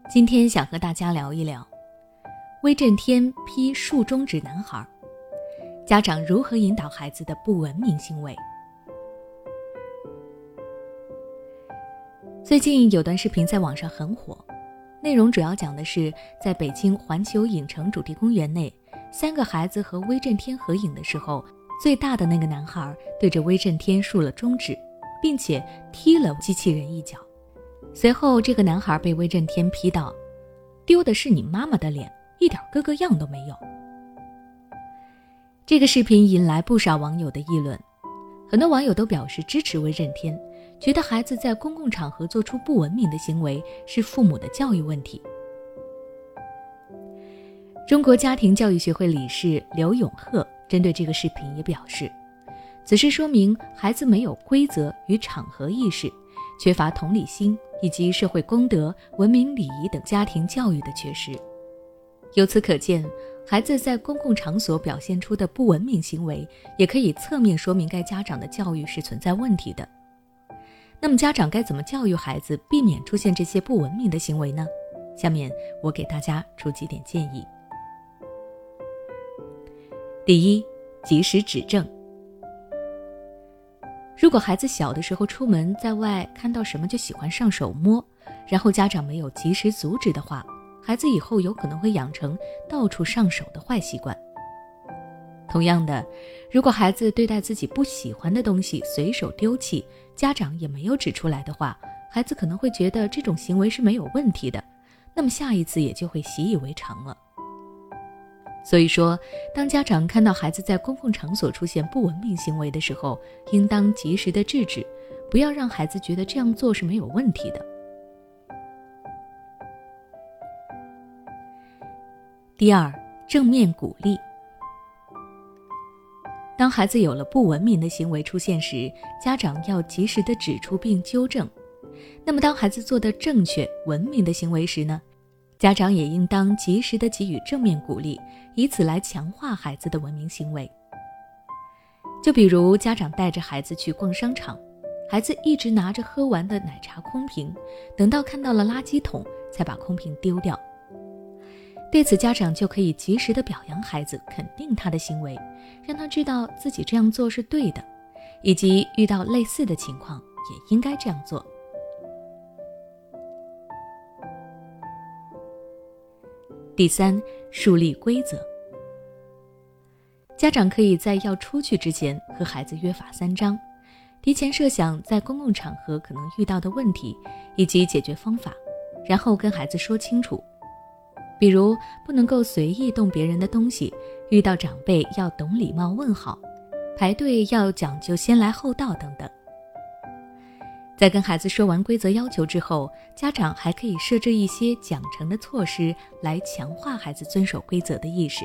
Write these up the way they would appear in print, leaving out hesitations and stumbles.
今天想和大家聊一聊威震天批竖中指男孩，家长如何引导孩子的不文明行为。最近有段视频在网上很火，内容主要讲的是在北京环球影城主题公园内，3个孩子和威震天合影的时候，最大的那个男孩对着威震天竖了中指，并且踢了机器人一脚。随后这个男孩被威震天批道，丢的是你妈妈的脸，一点哥哥样都没有。这个视频引来不少网友的议论，很多网友都表示支持威震天，觉得孩子在公共场合做出不文明的行为是父母的教育问题。中国家庭教育学会理事刘永鹤针对这个视频也表示，此事说明孩子没有规则与场合意识，缺乏同理心以及社会公德、文明礼仪等家庭教育的缺失。由此可见，孩子在公共场所表现出的不文明行为，也可以侧面说明该家长的教育是存在问题的。那么家长该怎么教育孩子，避免出现这些不文明的行为呢？下面我给大家出几点建议。第一，及时指正。如果孩子小的时候出门在外看到什么就喜欢上手摸，然后家长没有及时阻止的话，孩子以后有可能会养成到处上手的坏习惯。同样的，如果孩子对待自己不喜欢的东西随手丢弃，家长也没有指出来的话，孩子可能会觉得这种行为是没有问题的，那么下一次也就会习以为常了。所以说，当家长看到孩子在公共场所出现不文明行为的时候，应当及时的制止，不要让孩子觉得这样做是没有问题的。第二，正面鼓励。当孩子有了不文明的行为出现时，家长要及时的指出并纠正。那么当孩子做的正确、文明的行为时呢，家长也应当及时的给予正面鼓励，以此来强化孩子的文明行为。就比如家长带着孩子去逛商场，孩子一直拿着喝完的奶茶空瓶，等到看到了垃圾桶才把空瓶丢掉。对此，家长就可以及时的表扬孩子，肯定他的行为，让他知道自己这样做是对的，以及遇到类似的情况也应该这样做。第三，树立规则。家长可以在要出去之前和孩子约法三章，提前设想在公共场合可能遇到的问题以及解决方法，然后跟孩子说清楚。比如不能够随意动别人的东西，遇到长辈要懂礼貌问好，排队要讲究先来后到等等。在跟孩子说完规则要求之后，家长还可以设置一些奖惩的措施来强化孩子遵守规则的意识。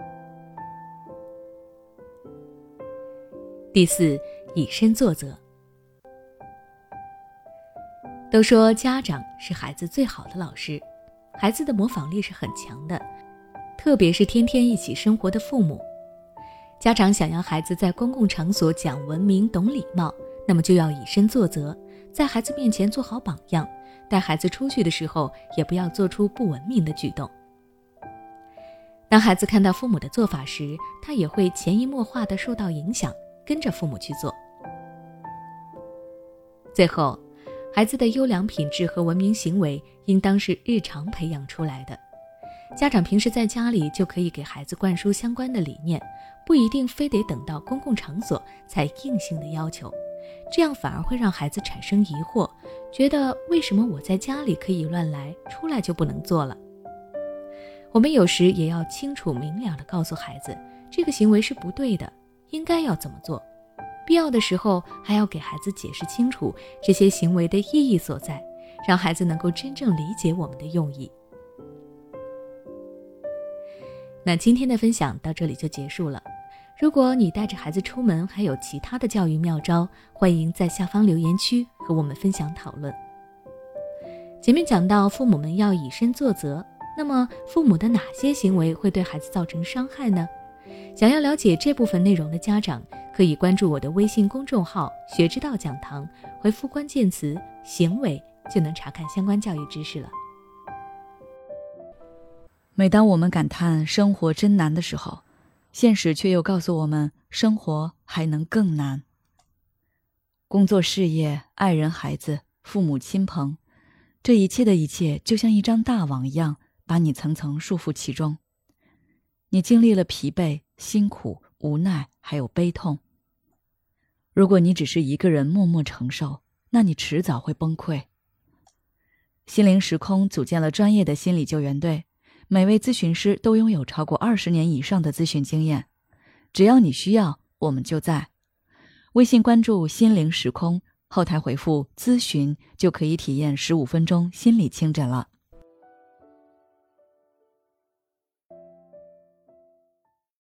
第四，以身作则。都说家长是孩子最好的老师，孩子的模仿力是很强的，特别是天天一起生活的父母。家长想要孩子在公共场所讲文明、懂礼貌，那么就要以身作则，在孩子面前做好榜样，带孩子出去的时候也不要做出不文明的举动。当孩子看到父母的做法时，他也会潜移默化地受到影响，跟着父母去做。最后，孩子的优良品质和文明行为应当是日常培养出来的。家长平时在家里就可以给孩子灌输相关的理念，不一定非得等到公共场所才硬性的要求，这样反而会让孩子产生疑惑，觉得为什么我在家里可以乱来，出来就不能做了。我们有时也要清楚明了地告诉孩子，这个行为是不对的，应该要怎么做。必要的时候还要给孩子解释清楚这些行为的意义所在，让孩子能够真正理解我们的用意。那今天的分享到这里就结束了。如果你带着孩子出门还有其他的教育妙招，欢迎在下方留言区和我们分享讨论。前面讲到父母们要以身作则，那么父母的哪些行为会对孩子造成伤害呢？想要了解这部分内容的家长，可以关注我的微信公众号学之道讲堂，回复关键词行为就能查看相关教育知识了。 每当我们感叹生活真难的时候，现实却又告诉我们，生活还能更难。工作、事业、爱人、孩子、父母亲朋，这一切的一切就像一张大网一样，把你层层束缚其中。你经历了疲惫、辛苦、无奈，还有悲痛。如果你只是一个人默默承受，那你迟早会崩溃。心灵时空组建了专业的心理救援队，每位咨询师都拥有超过20年以上的咨询经验。只要你需要，我们就在。微信关注心灵时空，后台回复咨询就可以体验15分钟心理清诊了。